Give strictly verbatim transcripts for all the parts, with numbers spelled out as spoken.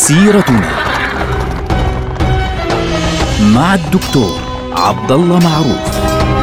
سيرتنا مع الدكتور عبد الله معروف.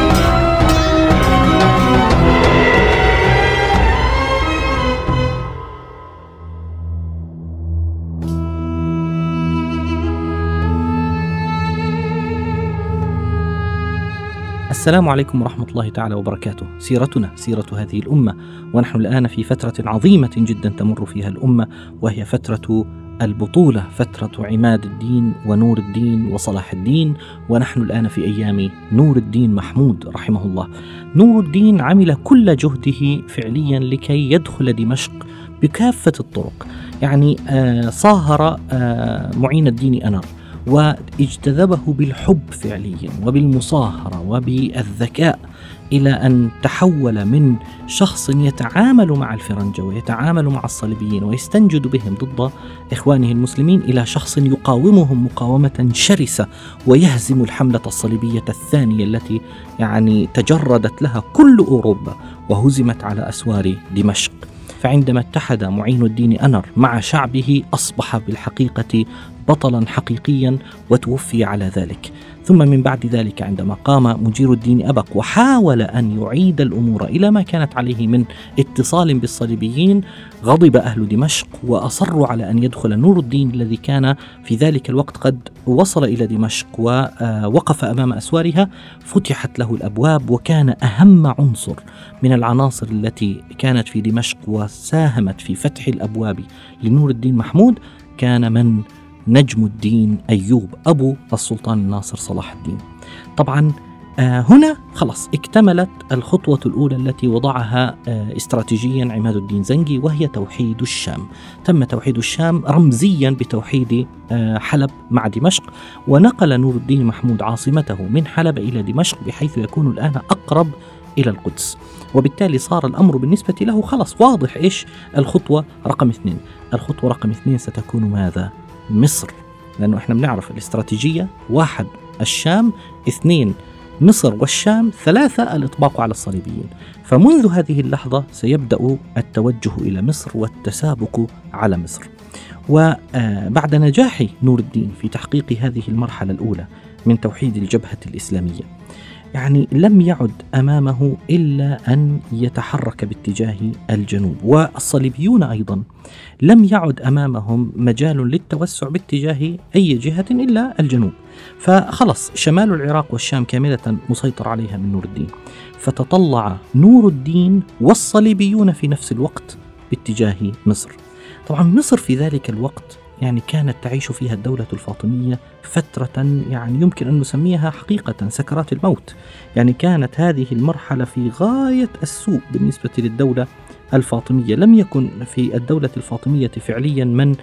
السلام عليكم ورحمة الله تعالى وبركاته. سيرتنا سيرة هذه الأمة، ونحن الآن في فترة عظيمة جدا تمر فيها الأمة، وهي فترة البطولة، فترة عماد الدين ونور الدين وصلاح الدين، ونحن الآن في أيام نور الدين محمود رحمه الله. نور الدين عمل كل جهده فعليا لكي يدخل دمشق بكافة الطرق، يعني آه صاهر آه معين الدين أنر واجتذبه بالحب فعليا وبالمصاهرة وبالذكاء، إلى أن تحول من شخص يتعامل مع الفرنجة ويتعامل مع الصليبيين ويستنجد بهم ضد إخوانه المسلمين إلى شخص يقاومهم مقاومة شرسة ويهزم الحملة الصليبية الثانية التي يعني تجردت لها كل أوروبا وهزمت على أسوار دمشق. فعندما اتحد معين الدين أنر مع شعبه أصبح بالحقيقة بطلا حقيقيا وتوفي على ذلك. ثم من بعد ذلك عندما قام مجير الدين أبق وحاول أن يعيد الأمور إلى ما كانت عليه من اتصال بالصليبيين، غضب أهل دمشق وأصروا على أن يدخل نور الدين الذي كان في ذلك الوقت قد وصل إلى دمشق ووقف أمام أسوارها. فتحت له الأبواب، وكان أهم عنصر من العناصر التي كانت في دمشق وساهمت في فتح الأبواب لنور الدين محمود كان من نجم الدين أيوب أبو السلطان الناصر صلاح الدين. طبعا آه هنا خلاص اكتملت الخطوة الأولى التي وضعها آه استراتيجيا عماد الدين زنجي، وهي توحيد الشام. تم توحيد الشام رمزيا بتوحيد آه حلب مع دمشق، ونقل نور الدين محمود عاصمته من حلب إلى دمشق بحيث يكون الآن أقرب إلى القدس، وبالتالي صار الأمر بالنسبة له خلاص واضح. إيش الخطوة رقم اثنين؟ الخطوة رقم اثنين ستكون ماذا؟ مصر، لأنه إحنا بنعرف الاستراتيجية: واحد الشام، اثنين مصر والشام، ثلاثة الإطباق على الصليبيين. فمنذ هذه اللحظة سيبدأ التوجه إلى مصر والتسابق على مصر. وبعد نجاح نور الدين في تحقيق هذه المرحلة الأولى من توحيد الجبهة الإسلامية، يعني لم يعد أمامه إلا أن يتحرك باتجاه الجنوب، والصليبيون أيضا لم يعد أمامهم مجال للتوسع باتجاه أي جهة إلا الجنوب. فخلص شمال العراق والشام كاملة مسيطر عليها من نور الدين، فتطلع نور الدين والصليبيون في نفس الوقت باتجاه مصر. طبعا مصر في ذلك الوقت يعني كانت تعيش فيها الدولة الفاطمية فترة يعني يمكن أن نسميها حقيقة سكرات الموت. يعني كانت هذه المرحلة في غاية السوء بالنسبة للدولة الفاطمية. لم يكن في الدولة الفاطمية فعليا من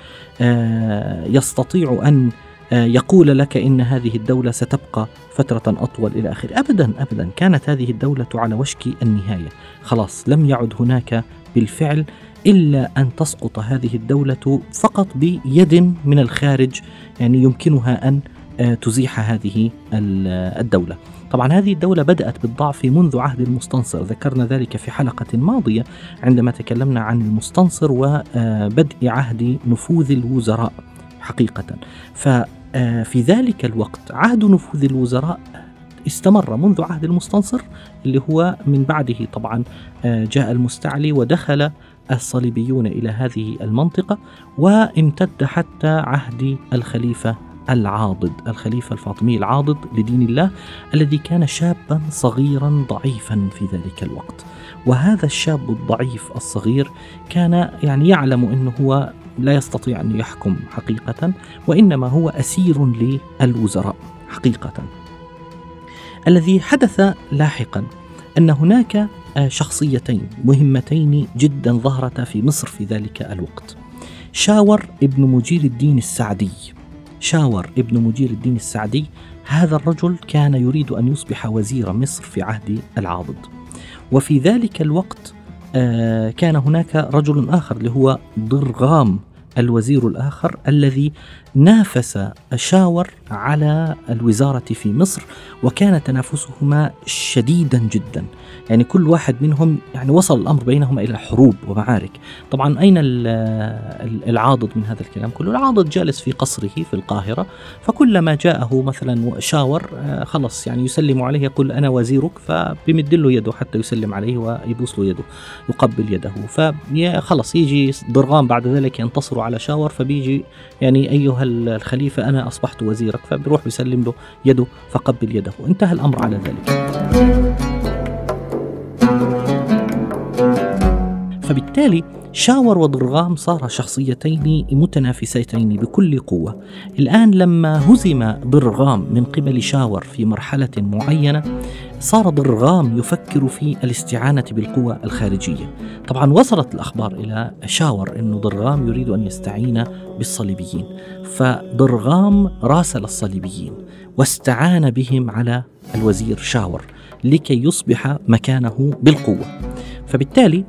يستطيع أن يقول لك إن هذه الدولة ستبقى فترة أطول إلى آخره. أبدا أبدا، كانت هذه الدولة على وشك النهاية. خلاص لم يعد هناك بالفعل إلا أن تسقط هذه الدولة فقط بيد من الخارج، يعني يمكنها أن تزيح هذه الدولة. طبعا هذه الدولة بدأت بالضعف منذ عهد المستنصر، ذكرنا ذلك في حلقة ماضية عندما تكلمنا عن المستنصر وبدء عهد نفوذ الوزراء حقيقة. ففي ذلك الوقت عهد نفوذ الوزراء استمر منذ عهد المستنصر، اللي هو من بعده طبعا جاء المستعلي ودخل الصليبيون إلى هذه المنطقة، وامتد حتى عهد الخليفة العاضد، الخليفة الفاطمي العاضد لدين الله، الذي كان شابا صغيرا ضعيفا في ذلك الوقت. وهذا الشاب الضعيف الصغير كان يعني يعلم أنه هو لا يستطيع أن يحكم حقيقة، وإنما هو أسير للوزراء حقيقة. الذي حدث لاحقا أن هناك شخصيتين مهمتين جدا ظهرتا في مصر في ذلك الوقت. شاور ابن مجير الدين السعدي شاور ابن مجير الدين السعدي هذا الرجل كان يريد أن يصبح وزير مصر في عهد العاضد. وفي ذلك الوقت كان هناك رجل آخر اللي هو ضرغام الوزير الآخر، الذي نافس شاور على الوزارة في مصر، وكان تنافسهما شديدا جدا. يعني كل واحد منهم يعني وصل الأمر بينهما إلى حروب ومعارك. طبعا أين العاضد من هذا الكلام كله؟ العاضد جالس في قصره في القاهرة، فكلما جاءه مثلا شاور خلص يعني يسلم عليه، يقول أنا وزيرك، فبيمد له يده حتى يسلم عليه ويبوس له يده، يقبل يده. فخلص يجي ضرغام بعد ذلك ينتصر على شاور، فبيجي يعني أيها الخليفة أنا أصبحت وزيرك، فبيروح يسلم له يده فقبل يده، انتهى الأمر على ذلك. فبالتالي شاور وضرغام صار شخصيتين متنافستين بكل قوة. الآن لما هزم ضرغام من قبل شاور في مرحلة معينة، صار ضرغام يفكر في الاستعانة بالقوة الخارجية. طبعا وصلت الأخبار إلى شاور أن ضرغام يريد أن يستعين بالصليبيين، فضرغام راسل الصليبيين واستعان بهم على الوزير شاور لكي يصبح مكانه بالقوة. فبالتالي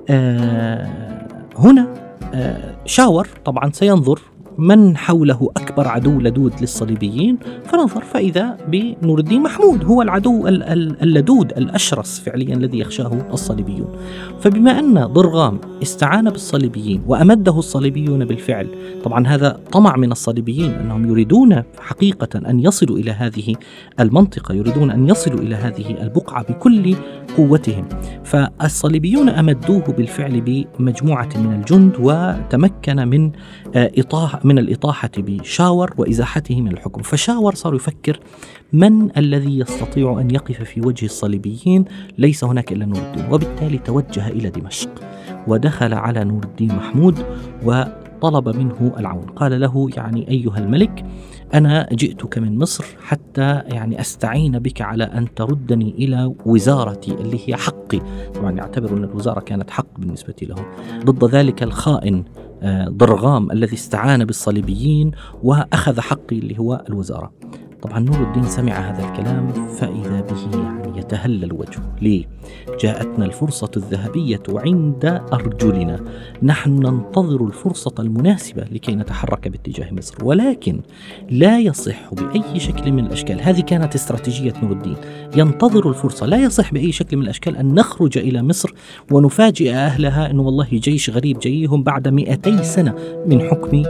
آه هنا آه شاور طبعا سينظر من حوله أكبر عدو لدود للصليبيين، فنظر فإذا بنور الدين محمود هو العدو اللدود الأشرس فعليا الذي يخشاه الصليبيون. فبما أن ضرغام استعان بالصليبيين وأمده الصليبيون بالفعل، طبعا هذا طمع من الصليبيين أنهم يريدون حقيقة أن يصلوا إلى هذه المنطقة، يريدون أن يصلوا إلى هذه البقعة بكل قوتهم. فالصليبيون أمدوه بالفعل بمجموعة من الجند، وتمكن من إطاحة من الإطاحة بشاور وإزاحته من الحكم. فشاور صار يفكر من الذي يستطيع أن يقف في وجه الصليبيين، ليس هناك إلا نور الدين، وبالتالي توجه إلى دمشق ودخل على نور الدين محمود وطلب منه العون. قال له يعني أيها الملك، أنا جئتك من مصر حتى يعني أستعين بك على أن تردني إلى وزارتي اللي هي حقي. طبعا يعتبر أن الوزارة كانت حق بالنسبة له، ضد ذلك الخائن ضرغام الذي استعان بالصليبيين وأخذ حقي اللي هو الوزارة. طبعا نور الدين سمع هذا الكلام فإذا به يعني يتهلل وجهه. ليه؟ جاءتنا الفرصة الذهبية عند أرجلنا، نحن ننتظر الفرصة المناسبة لكي نتحرك باتجاه مصر، ولكن لا يصح بأي شكل من الأشكال، هذه كانت استراتيجية نور الدين، ينتظر الفرصة، لا يصح بأي شكل من الأشكال أن نخرج إلى مصر ونفاجئ أهلها أنه والله جيش غريب جايهم بعد مئتي سنة من حكم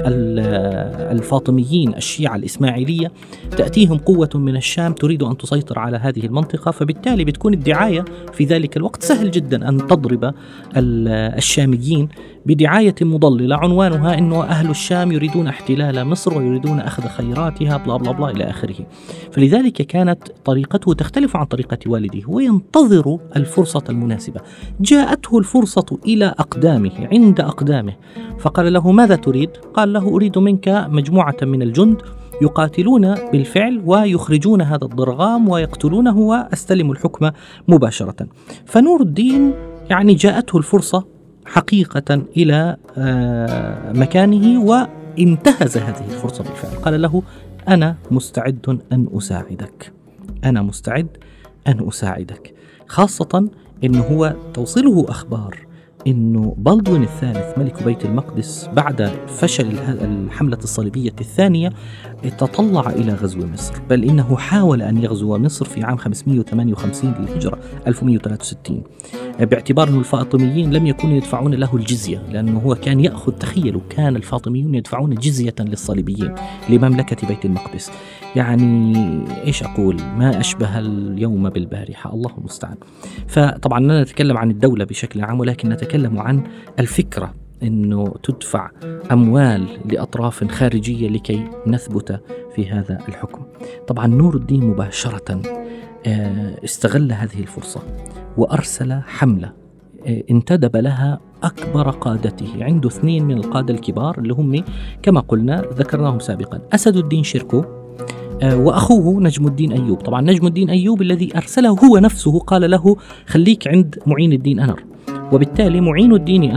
الفاطميين الشيعة الإسماعيلية، تأتي هم قوة من الشام تريد أن تسيطر على هذه المنطقة. فبالتالي بتكون الدعاية في ذلك الوقت سهل جدا أن تضرب الشاميين بدعاية مضللة عنوانها أنه أهل الشام يريدون احتلال مصر ويريدون أخذ خيراتها بلا بلا بلا إلى آخره. فلذلك كانت طريقته تختلف عن طريقة والده، وينتظر الفرصة المناسبة. جاءته الفرصة إلى أقدامه، عند أقدامه، فقال له ماذا تريد؟ قال له أريد منك مجموعة من الجند يقاتلون بالفعل ويخرجون هذا الضرغام ويقتلونه وأستلم الحكم مباشرة. فنور الدين يعني جاءته الفرصة حقيقة إلى مكانه وانتهز هذه الفرصة بالفعل. قال له أنا مستعد أن أساعدك، أنا مستعد أن أساعدك، خاصة أنه هو توصله أخبار إنه بلدوين الثالث ملك بيت المقدس بعد فشل الحملة الصليبية الثانية تطلع إلى غزو مصر، بل إنه حاول أن يغزو مصر في عام خمسمائة وثمانية وخمسين للهجرة ألف ومائة وثلاثة وستين، باعتبار أن الفاطميين لم يكونوا يدفعون له الجزية، لأنه هو كان يأخذ، تخيلوا كان الفاطميون يدفعون جزية للصليبيين لمملكة بيت المقدس. يعني إيش أقول، ما أشبه اليوم بالبارحة، الله المستعان. فطبعا لا نتكلم عن الدولة بشكل عام، ولكن نتكلم عن الفكرة أنه تدفع أموال لأطراف خارجية لكي نثبت في هذا الحكم. طبعا نور الدين مباشرة استغل هذه الفرصة وأرسل حملة انتدب لها أكبر قادته. عنده اثنين من القادة الكبار اللي هم كما قلنا ذكرناهم سابقا، أسد الدين شيركو وأخوه نجم الدين أيوب. طبعا نجم الدين أيوب الذي أرسله هو نفسه قال له خليك عند معين الدين أنر، وبالتالي معين الدين أنر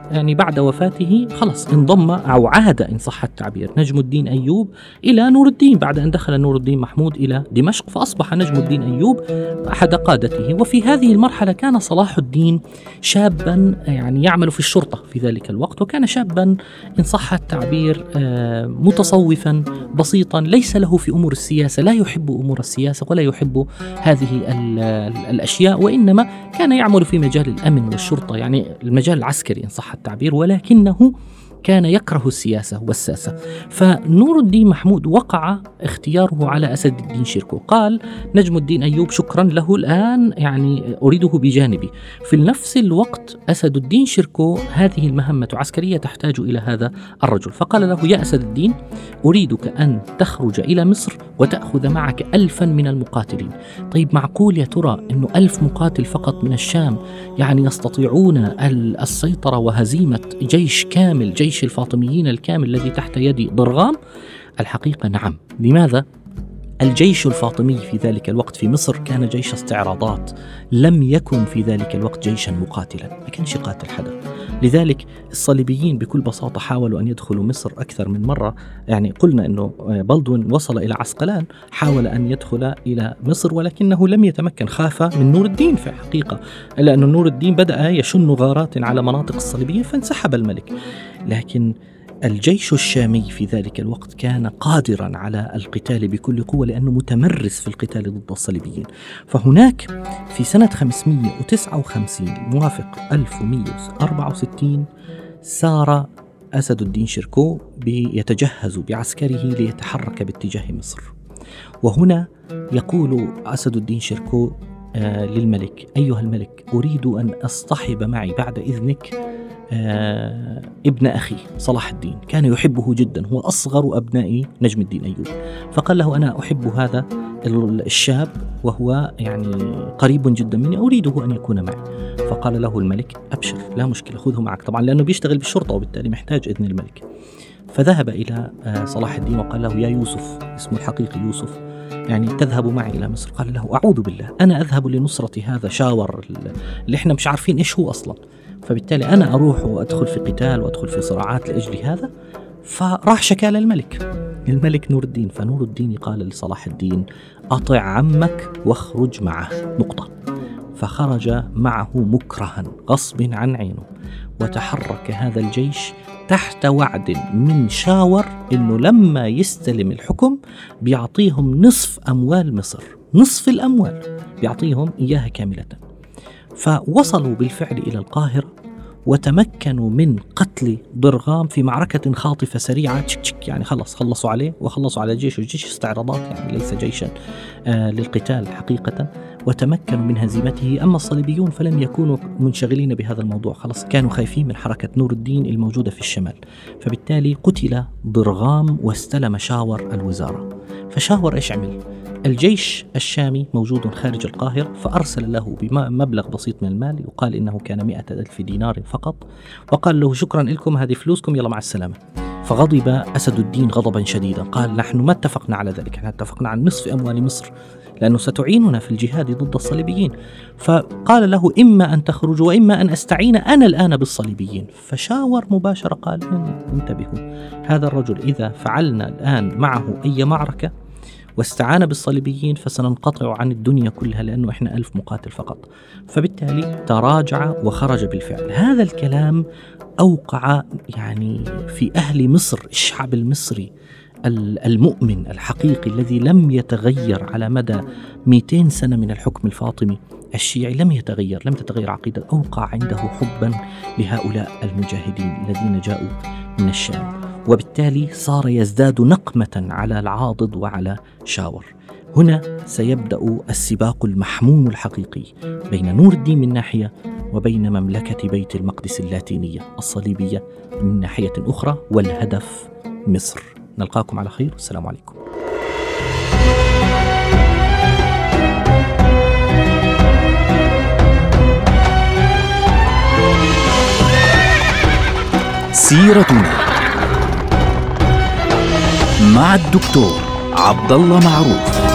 يعني بعد وفاته خلص انضم أو عاد إن صح التعبير نجم الدين أيوب إلى نور الدين بعد أن دخل نور الدين محمود إلى دمشق، فأصبح نجم الدين أيوب أحد قادته. وفي هذه المرحلة كان صلاح الدين شابا يعني يعمل في الشرطة في ذلك الوقت، وكان شابا إن صح التعبير متصوفا بسيطا ليس له في أمور السياسة، لا يحب أمور السياسة ولا يحب هذه الأشياء، وإنما كان يعمل في مجال الأمن والشرطة يعني المجال العسكري إن صح التعبير، ولكنه كان يكره السياسة والساسة. فنور الدين محمود وقع اختياره على أسد الدين شيركو، قال نجم الدين أيوب شكرا له الآن يعني أريده بجانبي. في نفس الوقت أسد الدين شيركو هذه المهمة عسكرية تحتاج إلى هذا الرجل، فقال له يا أسد الدين أريدك أن تخرج إلى مصر وتأخذ معك ألفا من المقاتلين. طيب معقول يا ترى أنه ألف مقاتل فقط من الشام يعني يستطيعون السيطرة وهزيمة جيش كامل، جيش الفاطميين الكامل الذي تحت يد ضرغام؟ الحقيقة نعم. لماذا؟ الجيش الفاطمي في ذلك الوقت في مصر كان جيش استعراضات، لم يكن في ذلك الوقت جيشا مقاتلا، ما كانش يقاتل حدا. لذلك الصليبيين بكل بساطة حاولوا أن يدخلوا مصر أكثر من مرة. يعني قلنا أنه بلدون وصل إلى عسقلان، حاول أن يدخل إلى مصر ولكنه لم يتمكن، خاف من نور الدين في الحقيقة، لأن نور الدين بدأ يشن غارات على مناطق الصليبيين فانسحب الملك. لكن الجيش الشامي في ذلك الوقت كان قادرا على القتال بكل قوة لأنه متمرس في القتال ضد الصليبيين. فهناك في سنة خمسمائة وتسعة وخمسين موافق ألف ومئة وأربعة وستين سار أسد الدين شيركو يتجهز بعسكره ليتحرك باتجاه مصر، وهنا يقول أسد الدين شيركو آه للملك أيها الملك أريد أن أصطحب معي بعد إذنك آه ابن أخي صلاح الدين، كان يحبه جدا، هو أصغر أبناء نجم الدين أيوب. فقال له أنا أحب هذا الشاب وهو يعني قريب جدا مني، أريده أن يكون معي. فقال له الملك أبشر لا مشكلة خذه معك، طبعا لأنه بيشتغل بالشرطة وبالتالي محتاج إذن الملك. فذهب إلى آه صلاح الدين وقال له يا يوسف، اسمه الحقيقي يوسف، يعني تذهب معي إلى مصر؟ قال له أعوذ بالله، أنا أذهب لنصرة هذا شاور اللي إحنا مش عارفين إيش هو أصلا، فبالتالي أنا أروح وأدخل في قتال وأدخل في صراعات لأجل هذا. فراح شكال الملك الملك نور الدين، فنور الدين قال لصلاح الدين أطع عمك واخرج معه نقطة. فخرج معه مكرها غصب عن عينه، وتحرك هذا الجيش تحت وعد من شاور إنه لما يستلم الحكم بيعطيهم نصف أموال مصر، نصف الأموال بيعطيهم إياها كاملة. فوصلوا بالفعل إلى القاهرة وتمكنوا من قتل ضرغام في معركة خاطفة سريعة، تشك تشك يعني خلص خلصوا عليه وخلصوا على جيش، الجيش استعراضات يعني ليس جيشا آه للقتال حقيقة، وتمكنوا من هزيمته. أما الصليبيون فلم يكونوا منشغلين بهذا الموضوع، خلص كانوا خايفين من حركة نور الدين الموجودة في الشمال، فبالتالي قتل ضرغام واستلم شاور الوزارة. فشاور إيش عمل؟ الجيش الشامي موجود خارج القاهرة، فأرسل له بمبلغ بسيط من المال يقال إنه كان مئة ألف دينار فقط، وقال له شكرا لكم هذه فلوسكم يلا مع السلامة. فغضب أسد الدين غضبا شديدا، قال نحن ما اتفقنا على ذلك، نحن اتفقنا عن نصف أموال مصر لأنه ستعيننا في الجهاد ضد الصليبيين. فقال له إما أن تخرج وإما أن أستعين أنا الآن بالصليبيين. فشاور مباشرة قال انتبهوا، هذا الرجل إذا فعلنا الآن معه أي معركة واستعان بالصليبيين فسننقطع عن الدنيا كلها لأنه إحنا ألف مقاتل فقط. فبالتالي تراجع وخرج بالفعل. هذا الكلام أوقع يعني في أهل مصر، الشعب المصري المؤمن الحقيقي الذي لم يتغير على مدى مئتين سنة من الحكم الفاطمي الشيعي، لم يتغير، لم تتغير عقيدة، أوقع عنده حبا لهؤلاء المجاهدين الذين جاءوا من الشام، وبالتالي صار يزداد نقمة على العاضد وعلى شاور. هنا سيبدأ السباق المحموم الحقيقي بين نور الدين من ناحية وبين مملكة بيت المقدس اللاتينية الصليبية من ناحية أخرى، والهدف مصر. نلقاكم على خير، والسلام عليكم. سيرتنا مع الدكتور عبد الله معروف.